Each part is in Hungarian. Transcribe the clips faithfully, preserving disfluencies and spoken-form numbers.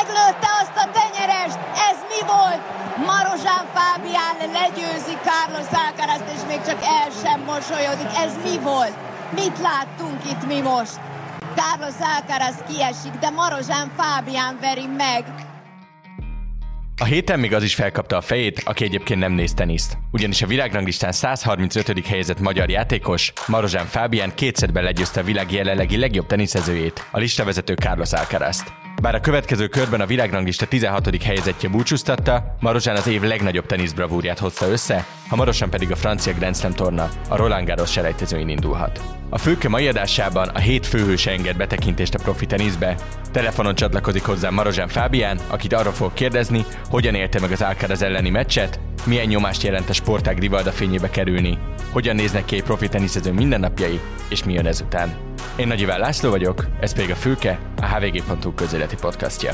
meglőtte azt a tenyerest, ez mi volt? Marozsán Fábián legyőzi Carlos Alcarazt, és még csak el sem mosolyodik. Ez mi volt? Mit láttunk itt mi most? Carlos Alcaraz kiesik, de Marozsán Fábián veri meg. A héten még az is felkapta a fejét, aki egyébként nem néz teniszt. Ugyanis a világranglistán száz harmincötödik helyezett magyar játékos, Marozsán Fábián kétszerben legyőzte a világ jelenlegi legjobb teniszezőjét, a listavezető Carlos Alcarazt. Bár a következő körben a világranglista tizenhatodik helyezettje búcsúztatta, Marozsán az év legnagyobb teniszbravúrját hozta össze, hamarosan pedig a francia Grand Slam torna, a Roland Garros selejtezőin indulhat. A Fülke mai adásában a hét főhőse enged betekintést a profi teniszbe. Telefonon csatlakozik hozzá Marozsán Fábián, akit arra fog kérdezni, hogyan élte meg az Alcaraz elleni meccset, milyen nyomást jelent a sportág Rivalda fényébe kerülni, hogyan néznek ki egy profi teniszező mindennapjai, és mi jön ezután. Én Nagy Iván László vagyok, ez pedig a Fülke, a há vé gé pont hú közéleti podcastja.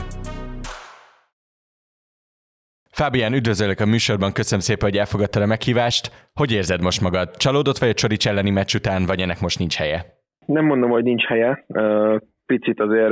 Fábián, üdvözöllek a műsorban, köszönöm szépen, hogy elfogadtad a meghívást. Hogy érzed most magad? Csalódott vagy a Csorics elleni meccs után, vagy ennek most nincs helye? Nem mondom, hogy nincs helye. Picit azért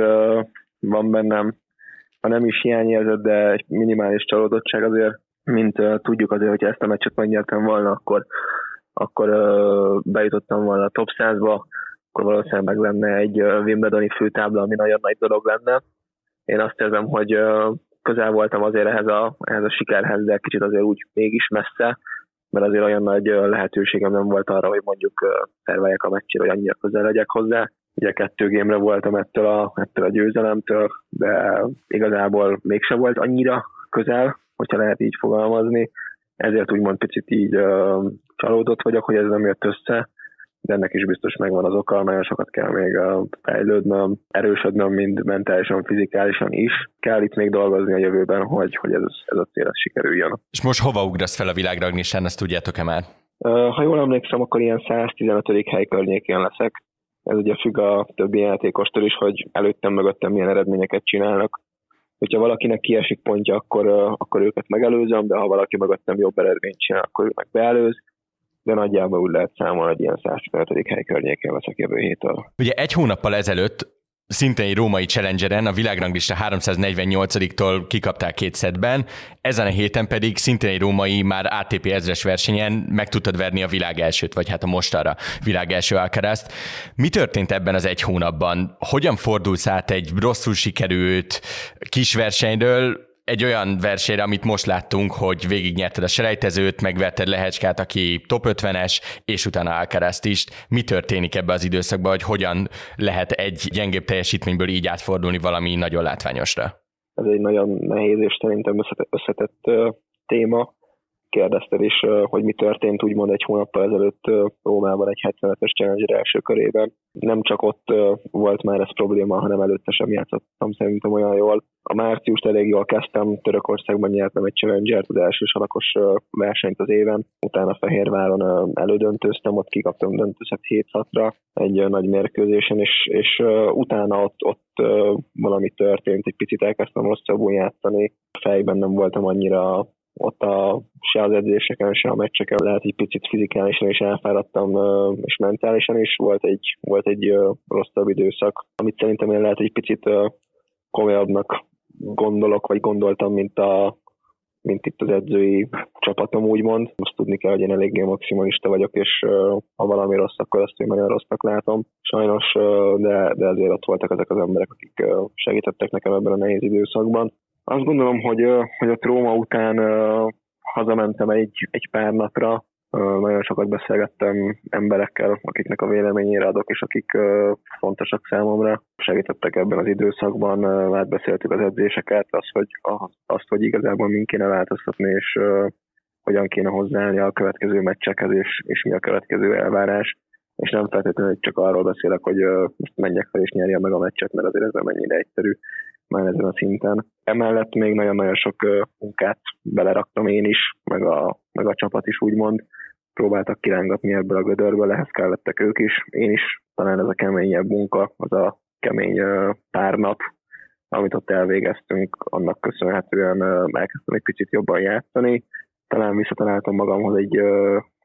van bennem, ha nem is hiányérzet, de egy minimális csalódottság azért, mint tudjuk azért, hogyha ezt a meccset megnyertem volna, akkor, akkor bejutottam volna a top százba, akkor valószínűleg meg lenne egy Wimbledoni főtábla, ami nagyon nagy dolog lenne. Én azt érzem, hogy közel voltam azért ehhez a, ehhez a sikerhez, de kicsit azért úgy mégis messze, mert azért olyan nagy lehetőségem nem volt arra, hogy mondjuk szerveljek a meccsére, hogy annyira közel legyek hozzá. Ugye kettő gémre voltam ettől a, ettől a győzelemtől, de igazából mégsem volt annyira közel, hogyha lehet így fogalmazni. Ezért úgymond picit így uh, csalódott vagyok, hogy ez nem jött össze, de ennek is biztos megvan az oka, nagyon sokat kell még uh, fejlődnöm, erősödnöm, mind mentálisan, fizikálisan is. Kell itt még dolgozni a jövőben, hogy, hogy ez, ez a cél sikerüljön. És most hova ugrasz fel a világranglistán, ezt tudjátok-e már? Uh, ha jól emlékszem, akkor ilyen száztizenötödik hely környékén leszek. Ez ugye függ a többi játékostól is, hogy előttem, mögöttem milyen eredményeket csinálnak. Hogyha valakinek kiesik pontja, akkor, uh, akkor őket megelőzöm, de ha valaki mögöttem jobb eredményt csinál, akkor ő meg beelőz. De nagyjából úgy lehet számolni, hogy ilyen száztizenötödik hely környékén leszek jövő héttől. Ugye egy hónappal ezelőtt szintén egy római Challengeren a világranglista háromszáznegyvennyolcadiktól kikapták két szettben, ezen a héten pedig szintén egy római, már á té pé ezres versenyen meg tudtad verni a világ elsőt, vagy hát a mostanra világ első Alcarazt. Mi történt ebben az egy hónapban? Hogyan fordulsz át egy rosszul sikerült kis versenyről egy olyan versenyre, amit most láttunk, hogy végignyerted a selejtezőt, megverted Lehecskát, aki top ötvenes, és utána Alcarazt is. Mi történik ebbe az időszakban, hogy hogyan lehet egy gyengébb teljesítményből így átfordulni valami nagyon látványosra? Ez egy nagyon nehéz és szerintem összetett, összetett uh, téma. Kérdezted is, uh, hogy mi történt úgymond egy hónappal ezelőtt uh, Rómában egy hetvenötös Challenger első körében. Nem csak ott uh, volt már ez probléma, hanem előtte sem játszottam szerintem olyan jól. A márciust elég jól kezdtem, Törökországban nyertem egy Challengert, az első salakos uh, versenyt az éven. Utána Fehérváron uh, elődöntőztem, ott kikaptam döntőszett hét hatra egy uh, nagy mérkőzésen, és, és uh, utána ott, ott uh, valami történt, egy picit elkezdtem rosszabbul játszani. Fejben nem voltam annyira ott a, se az edzéseken, se a meccseken, lehet egy picit fizikálisan is elfáradtam, és mentálisan is volt egy, volt egy rosszabb időszak, amit szerintem én lehet egy picit komolyabbnak gondolok, vagy gondoltam, mint, a, mint itt az edzői csapatom úgymond. Azt tudni kell, hogy én eléggé maximalista vagyok, és ha valami rossz, akkor azt én nagyon rossznak látom. Sajnos, de, de azért ott voltak ezek az emberek, akik segítettek nekem ebben a nehéz időszakban. Azt gondolom, hogy, hogy a Róma után uh, hazamentem egy, egy pár napra. Uh, nagyon sokat beszélgettem emberekkel, akiknek a véleményére adok, és akik uh, fontosak számomra. Segítettek ebben az időszakban, uh, átbeszéltük az edzéseket, azt, hogy, azt, hogy igazából min kéne változtatni, és uh, hogyan kéne hozzáállni a következő meccsekhez, és, és mi a következő elvárás. És nem feltétlenül csak arról beszélek, hogy uh, most menjek fel és nyerjem meg a meccset, mert azért ez nem ennyire egyszerű már ezen a szinten. Emellett még nagyon-nagyon sok uh, munkát beleraktam én is, meg a, meg a csapat is úgymond. Próbáltak kirángatni ebből a gödörből, ehhez kellettek ők is, én is. Talán ez a keményebb munka, az a kemény uh, pár nap, amit ott elvégeztünk, annak köszönhetően uh, elkezdtem egy picit jobban játszani. Talán visszataláltam magamhoz egy, uh,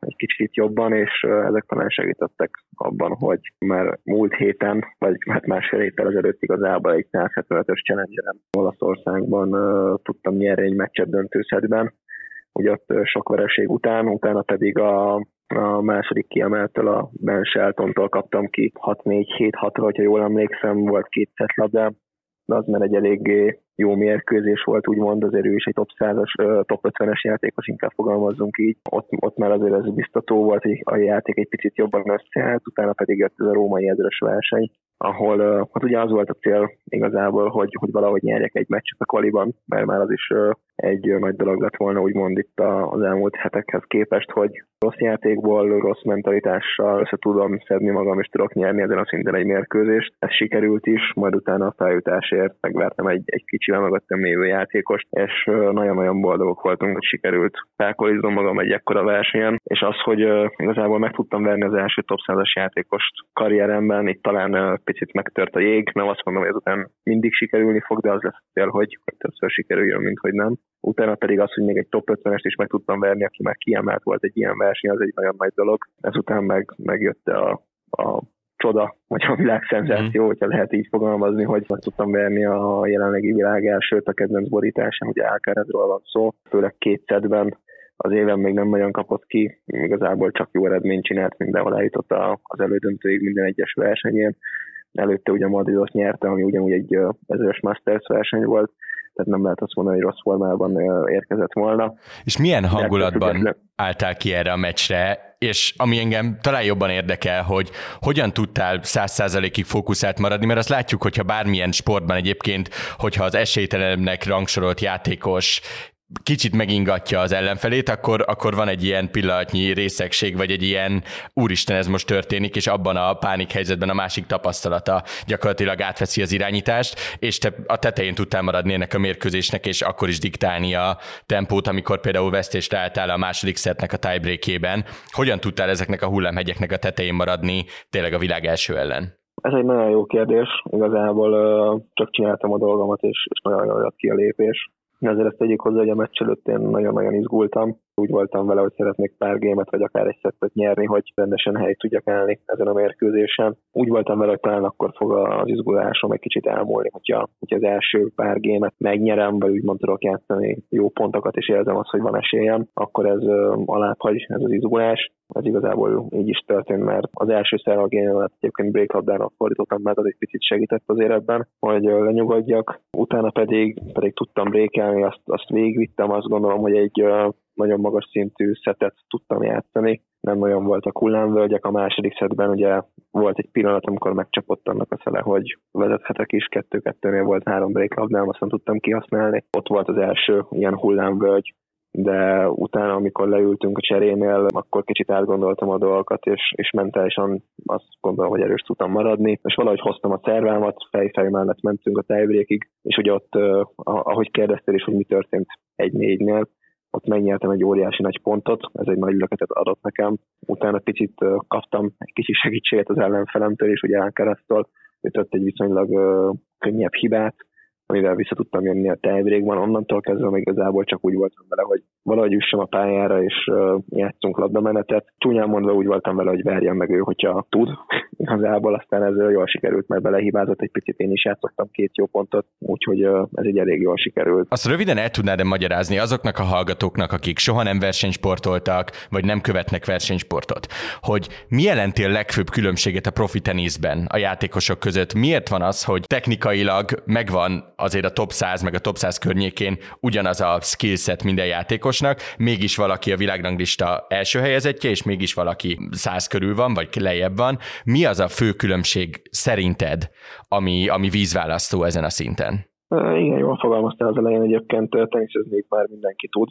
egy kicsit jobban, és ezek talán segítettek abban, hogy már múlt héten, vagy hát másfél héttel ezelőtt igazából egy száz hetvenötös challengeren Olaszországban uh, tudtam nyerni egy meccset döntőszedben, ugye ott sok vereség után, utána pedig a, a második kiemeltől, a Ben Sheltontól kaptam ki hat négy hét hatra, hogyha jól emlékszem, volt két szettlabdám, de az már egy eléggé jó mérkőzés volt, úgymond, azért ő is egy top százas, top ötvenes játékos, inkább fogalmazzunk így. Ott, ott már azért ez biztató volt, hogy a játék egy picit jobban összeállt, utána pedig jött ez a római ezres verseny, ahol hát ugye az volt a cél igazából, hogy, hogy valahogy nyerjek egy meccset a kvaliban, mert már az is egy nagy dolog lett volna, úgymond itt az elmúlt hetekhez képest, hogy rossz játékból, rossz mentalitással össze tudom szedni magam, és tudok nyerni ezen a szinten egy mérkőzést. Ez sikerült is, majd utána a feljutásért megvertem egy, egy kicsivel mögöttem lévő játékost, és nagyon-nagyon boldogok voltunk, hogy sikerült felkoliznom magam egy ekkora versenyen, és az, hogy igazából meg tudtam verni az első top százas játékost karrieremben, itt talán picit megtört a jég, nem azt mondom, hogy ezután mindig sikerülni fog, de az lesz cél, hogy többször sikerüljön, mint hogy nem. Utána pedig az, hogy még egy top ötvenest is meg tudtam verni, aki már kiemelt volt egy ilyen verseny, az egy nagyon nagy dolog. Ezután meg megjött a, a csoda, vagy a világszenzáció, mm. hogyha lehet így fogalmazni, hogy meg tudtam verni a jelenlegi világ elsőt a kedvenc borításán, ugye Alcarazról van szó, főleg két szettben. Az éven még nem nagyon kapott ki, igazából csak jó eredményt csinált, mindenhol eljutott az elődöntőig minden egyes versenyén. Előtte ugye Madridot nyerte, ami ugyanúgy egy ezres Masters verseny volt, tehát nem lehet azt mondani, hogy rossz formában érkezett volna. És milyen hangulatban álltál ki erre a meccsre, és ami engem talán jobban érdekel, hogy hogyan tudtál száz százalékig fókuszált maradni, mert azt látjuk, hogyha bármilyen sportban egyébként, hogyha az esélytelenebbnek rangsorolt játékos kicsit megingatja az ellenfelét, akkor, akkor van egy ilyen pillanatnyi részegség, vagy egy ilyen úristen, ez most történik, és abban a pánik helyzetben a másik tapasztalata gyakorlatilag átveszi az irányítást, és te a tetején tudtál maradni ennek a mérkőzésnek, és akkor is diktálni a tempót, amikor például vesztésre álltál a második szettnek a tiebreakében. Hogyan tudtál ezeknek a hullámhegyeknek a tetején maradni tényleg a világ első ellen? Ez egy nagyon jó kérdés. Igazából uh, csak csináltam a dolgomat, és, és nagyon jól jött ki a lépés. Azért ezt tegyük hozzá, hogy a meccs előtt én nagyon-nagyon izgultam. Úgy voltam vele, hogy szeretnék pár gémet, vagy akár egy szettet nyerni, hogy rendesen helyt tudjak állni ezen a mérkőzésen. Úgy voltam vele, hogy talán akkor fog az izgulásom egy kicsit elmúlni, hogyha, hogyha az első pár gémet megnyerem, vagy úgymond tudok játszani jó pontokat, és érzem azt, hogy van esélyem, akkor ez alább hagy, ez az izgulás. Ez igazából így is történt, mert az első szerva gémet egyébként breaklabdának fordítottam, mert az egy picit segített azért ebben, hogy lenyugodjak. Utána pedig, pedig tudtam breakelni, azt, azt végigvittem, azt gondolom, hogy egy nagyon magas szintű szettet tudtam játszani. Nem olyan voltak hullámvölgyek. A második szettben ugye volt egy pillanat, amikor megcsapott annak a szele, hogy vezethetek is, kettő-kettőnél volt három breaklabdám, azt nem tudtam kihasználni. Ott volt az első ilyen hullámvölgy, de utána, amikor leültünk a cserénél, akkor kicsit átgondoltam a dolgokat, és, és mentálisan azt gondolom, hogy erős tudtam maradni, és valahogy hoztam a szervámat, fej-fej mellett mentünk a tiebreakig, és ugye ott, ahogy kérdeztél is, hogy mi történt egy négynél, ott megnyertem egy óriási nagy pontot, ez egy nagy löketet adott nekem. Utána picit kaptam egy kicsi segítséget az ellenfelemtől, és ugye Alcaraztól ütött egy viszonylag könnyebb hibát, amivel vissza tudtam jönni a tiebreakban. Onnantól kezdve még igazából csak úgy voltam vele, hogy valahogy üssem a pályára, és uh, játszunk labdamenetet. Csúnyán mondva úgy voltam vele, hogy verjem meg ő, hogyha tud. Igazából aztán ez jól sikerült, mert belehibázott egy picit, én is játszottam két jó pontot, úgyhogy uh, ez így elég jól sikerült. Azt röviden el tudnád-e magyarázni azoknak a hallgatóknak, akik soha nem versenysportoltak, vagy nem követnek versenysportot, hogy mi jelenti a legfőbb különbséget a profi teniszben a játékosok között? Miért van az, hogy technikailag megvan azért a top száz, meg a top száz környékén ugyanaz a skillset minden játékosnak, mégis valaki a világranglista első helyezettje, és mégis valaki száz körül van, vagy lejjebb van. Mi az a fő különbség szerinted, ami, ami vízválasztó ezen a szinten? Igen, jól fogalmaztál az elején, egyébként teniszezni már mindenki tud.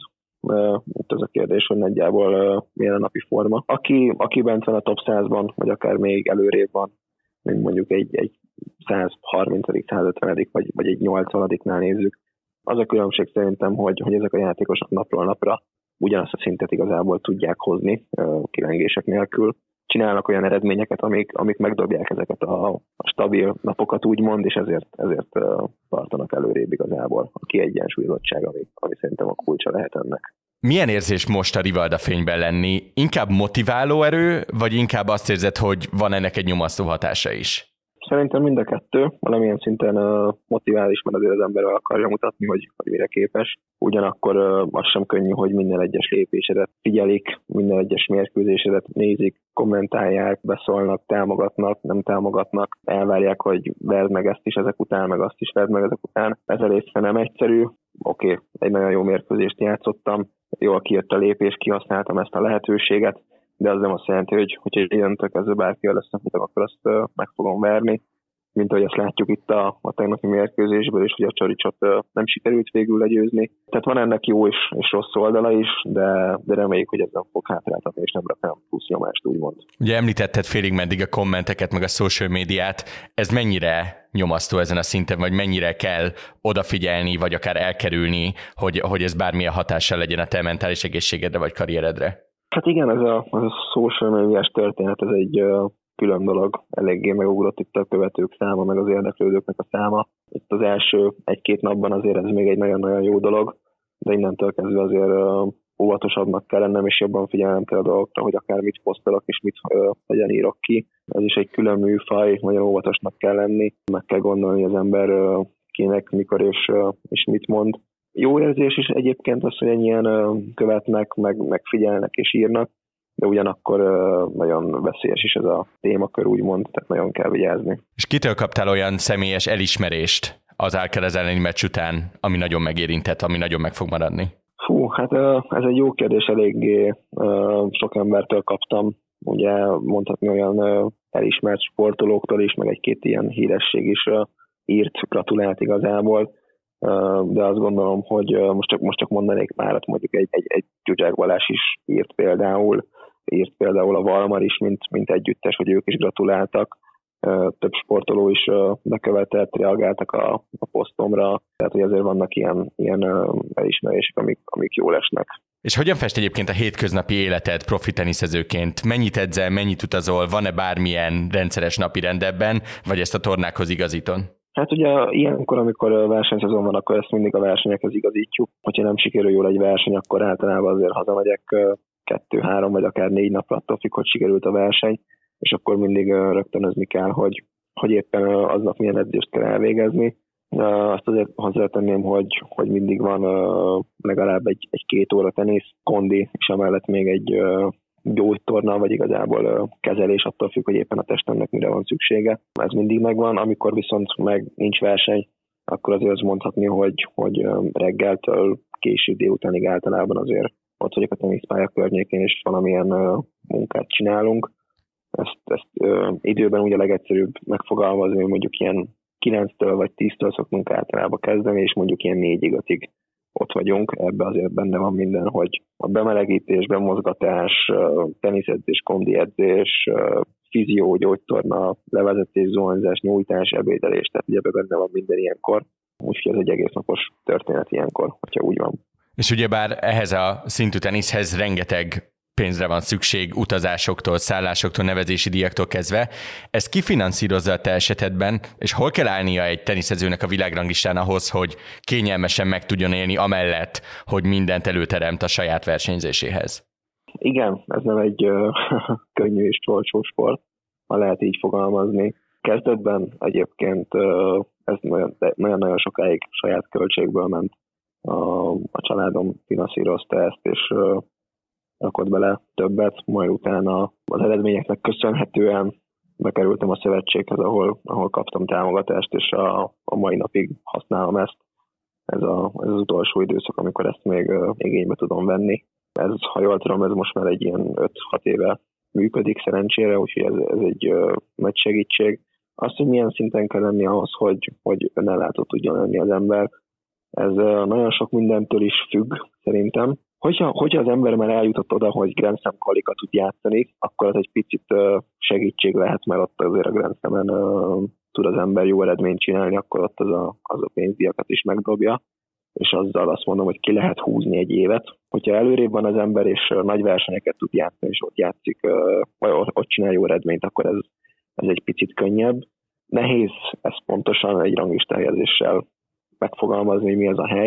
Itt az a kérdés, hogy nagyjából milyen a napi forma. Aki, aki bent van a top százban, vagy akár még előrébb van, mint mondjuk egy, egy száz harminc száz ötven vagy, vagy egy nyolcvanadiknál nézzük. Az a különbség szerintem, hogy, hogy ezek a játékosok napról napra ugyanazt a szintet igazából tudják hozni kilengések nélkül. Csinálnak olyan eredményeket, amik, amik megdobják ezeket a, a stabil napokat úgymond, és ezért, ezért tartanak előrébb igazából a kiegyensúlyozottság, ami, ami szerintem a kulcsa lehet ennek. Milyen érzés most a Rivalda fényben lenni? Inkább motiváló erő, vagy inkább azt érzed, hogy van ennek egy nyomasztó hatása is? Szerintem mind a kettő, valamilyen szinten uh, motivál is, mert azért az ember akarja mutatni, hogy, hogy mire képes. Ugyanakkor uh, az sem könnyű, hogy minden egyes lépésedet figyelik, minden egyes mérkőzésedet nézik, kommentálják, beszólnak, támogatnak, nem támogatnak, elvárják, hogy verd meg ezt is ezek után, meg azt is verd meg ezek után. Ez a része nem egyszerű. Oké, okay, egy nagyon jó mérkőzést játszottam, jól kijött a lépés, kihasználtam ezt a lehetőséget, de az nem azt jelenti, hogy hogyha innentől kezdve bárkivel összefutok, akkor azt uh, meg fogom verni. Mint ahogy azt látjuk itt a, a tegnapi mérkőzésből is, hogy a Csoricsot uh, nem sikerült végül legyőzni. Tehát van ennek jó és, és rossz oldala is, de, de reméljük, hogy ez nem fog hátráltatni, és nem rakám plusz nyomást, úgymond. Ugye említetted félig meddig a kommenteket, meg a social médiát. Ez mennyire nyomasztó ezen a szinten, vagy mennyire kell odafigyelni, vagy akár elkerülni, hogy, hogy ez bármilyen hatással legyen a te mentális egészségedre, vagy karrieredre? Hát igen, ez a, ez a social médiás történet, ez egy uh, külön dolog. Eléggé megugrott itt a követők száma, meg az érdeklődőknek a száma. Itt az első egy-két napban azért ez még egy nagyon-nagyon jó dolog, de innentől kezdve azért uh, óvatosabbnak kell lennem, és jobban figyelnem kell a dolgokra, hogy akár mit posztolok, és mit uh, hogyan írok ki. Ez is egy külön műfaj, nagyon óvatosnak kell lenni. Meg kell gondolni az ember uh, kinek, mikor és, uh, és mit mond. Jó érzés is egyébként az, hogy ennyien követnek, meg, meg figyelnek és írnak, de ugyanakkor nagyon veszélyes is ez a témakör, úgymond, tehát nagyon kell vigyázni. És kitől kaptál olyan személyes elismerést az Alcaraz elleni meccs után, ami nagyon megérintett, ami nagyon meg fog maradni? Fú, hát ez egy jó kérdés, eléggé sok embertől kaptam. Ugye mondhatni olyan elismert sportolóktól is, meg egy-két ilyen híresség is írt, gratulált igazából. De azt gondolom, hogy most csak, most csak mondanék párat, mondjuk egy, egy, egy Zsuzsák Balázs is írt például, írt például a Valmar is, mint, mint együttes, hogy ők is gratuláltak, több sportoló is bekövetett, reagáltak a, a posztomra, tehát hogy azért vannak ilyen, ilyen elismerések, amik, amik jól esnek. És hogyan fest egyébként a hétköznapi életed profi teniszezőként? Mennyit edzel, mennyit utazol, van-e bármilyen rendszeres napirend ebben, vagy ezt a tornákhoz igazíton? Hát ugye ilyenkor, amikor versenyszezon van, akkor ezt mindig a versenyekhez igazítjuk. Hogyha nem sikerül jól egy verseny, akkor általában azért hazamegyek kettő-három vagy akár négy napra, attól függ, hogy sikerült a verseny, és akkor mindig rögtönözni kell, hogy, hogy éppen aznap milyen edzést kell elvégezni. Azt azért hozzátenném, hogy, hogy mindig van legalább egy, egy két óra tenisz, kondi, és emellett még egy gyógytorna, vagy igazából kezelés, attól függ, hogy éppen a testemnek mire van szüksége. Ez mindig megvan, amikor viszont meg nincs verseny, akkor azért azt mondhatni, hogy, hogy reggeltől késő délutánig általában azért ott vagyok a teniszpálya környékén, és valamilyen munkát csinálunk. Ezt, ezt ö, időben ugye legegyszerűbb megfogalmazni, hogy mondjuk ilyen kilenctől vagy tíztől szoktunk általában kezdeni, és mondjuk ilyen négyig, ötig ott vagyunk. Ebben azért benne van minden, hogy a bemelegítés, bemozgatás, teniszedzés, kondiedzés, fizió, gyógytorna, levezetés, zuhanyzás, nyújtás, ebédelés, tehát ugye benne van minden ilyenkor. Úgyhogy ez egy egész napos történet ilyenkor, hogyha úgy van. És ugyebár ehhez a szintű teniszhez rengeteg pénzre van szükség, utazásoktól, szállásoktól, nevezési díjaktól kezdve. Ezt ki finanszírozza a te esetedben, és hol kell állnia egy teniszezőnek a világranglistán ahhoz, hogy kényelmesen meg tudjon élni amellett, hogy mindent előteremt a saját versenyzéséhez? Igen, ez nem egy uh, könnyű és olcsó sport, ha lehet így fogalmazni. Kezdetben egyébként uh, ez nagyon-nagyon sokáig saját költségből ment. A, a családom finanszírozta ezt, és uh, rakott bele többet, majd utána az eredményeknek köszönhetően bekerültem a szövetséghez, ahol, ahol kaptam támogatást, és a, a mai napig használom ezt. Ez, a, ez az utolsó időszak, amikor ezt még uh, igénybe tudom venni. Ez, ha jól tudom, ez most már egy ilyen öt-hat éve működik szerencsére, úgyhogy ez, ez egy uh, nagy segítség. Azt, hogy milyen szinten kell lenni ahhoz, hogy, hogy önellátó tudjon lenni az ember, ez uh, nagyon sok mindentől is függ, szerintem. Hogyha, hogyha az ember már eljutott oda, hogy Grand Slam kvalika tud játszani, akkor az egy picit uh, segítség lehet, mert ott azért a Grand Slamen uh, tud az ember jó eredményt csinálni, akkor ott az a, az a pénzdíjakat is megdobja, és azzal azt mondom, hogy ki lehet húzni egy évet. Hogyha előrébb van az ember, és uh, nagy versenyeket tud játszani, és ott játszik, uh, vagy ott, ott csinál jó eredményt, akkor ez, ez egy picit könnyebb. Nehéz ezt pontosan egy ranglistahelyezéssel megfogalmazni, mi az a hely,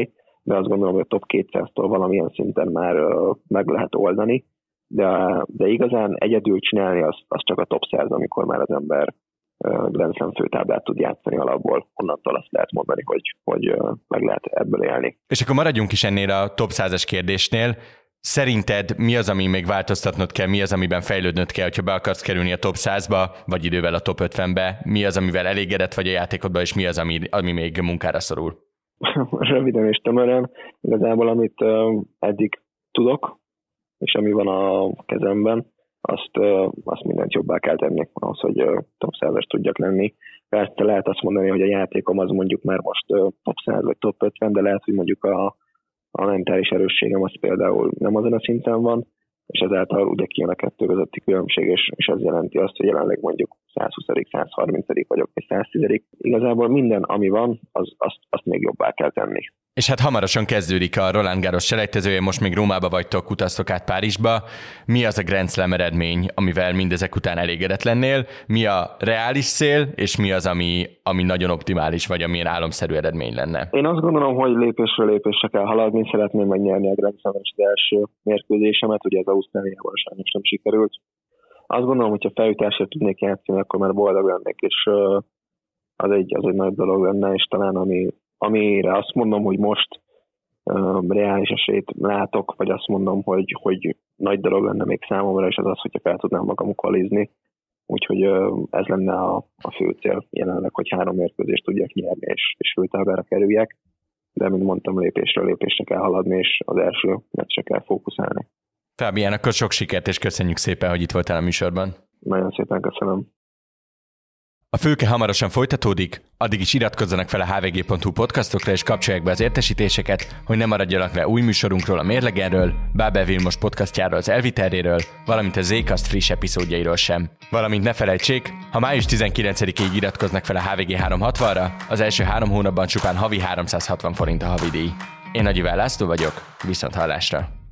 de azt gondolom, hogy a top kétszáztól valamilyen szinten már meg lehet oldani, de, de igazán egyedül csinálni az, az csak a top száz, amikor már az ember Grand Slam főtáblát tud játszani alapból. Onnantól azt lehet mondani, hogy, hogy meg lehet ebből élni. És akkor maradjunk is ennél a top százas kérdésnél. Szerinted mi az, ami még változtatnod kell, mi az, amiben fejlődnöd kell, hogyha be akarsz kerülni a top százba, vagy idővel a top ötvenbe? Mi az, amivel elégedett vagy a játékodban, és mi az, ami, ami még munkára szorul? Röviden és tömören, igazából amit uh, eddig tudok, és ami van a kezemben, azt, uh, azt mindent jobbá kell tenni ahhoz, hogy uh, top százas tudjak lenni. Persze lehet azt mondani, hogy a játékom az mondjuk már most uh, top száz vagy top ötven, de lehet, hogy mondjuk a A mentális erősségem az például nem azon a szinten van, és ezáltal ugye kijön a kettő közötti különbség, és, és ez jelenti azt, hogy jelenleg mondjuk százhuszadik, százharmincadik vagyok, vagy száztízedik. Igazából minden, ami van, az, azt, azt még jobbá kell tenni. És hát hamarosan kezdődik a Roland Garros selejtezője, most még Rómába vagytok, utaztok át Párizsba. Mi az a Grand Slam eredmény, amivel mindezek után elégedett lennél? Mi a reális cél, és mi az, ami, ami nagyon optimális, vagy amilyen álomszerű eredmény lenne? Én azt gondolom, hogy lépésről lépésre kell haladni, szeretném megnyerni a Grand Slam-en az első mérkőzésemet, ugye ez Ausztráliában sajnos nem sikerült. Azt gondolom, hogyha felütásért tudnék játszani, akkor már boldog lennék, és az egy, az egy nagy dolog lenne, és talán ami amire azt mondom, hogy most uh, reális esélyt látok, vagy azt mondom, hogy, hogy nagy dolog lenne még számomra, és az az, hogyha fel tudnám magam kvalizni. Úgyhogy uh, ez lenne a, a fő cél jelenleg, hogy három mérkőzést tudjak nyerni, és, és főtáblára kerüljek. De, mint mondtam, lépésről lépésre kell haladni, és az első meccsre kell fókuszálni. Fábián, akkor sok sikert, és köszönjük szépen, hogy itt voltál a műsorban. Nagyon szépen köszönöm. A Fülke hamarosan folytatódik, addig is iratkozzanak fel a há vé gé pont hú podcastokra, és kapcsolják be az értesítéseket, hogy ne maradjanak le új műsorunkról, a Mérlegenről, Bábel Vilmos podcastjáról, az Elviterréről, valamint a Zcast friss epizódjairól sem. Valamint ne felejtsék, ha május tizenkilencedikéig iratkoznak fel a há vé gé háromszázhatvanra, az első három hónapban csupán havi háromszázhatvan forint a havidíj. Én Nagy Iván László vagyok, viszont hallásra!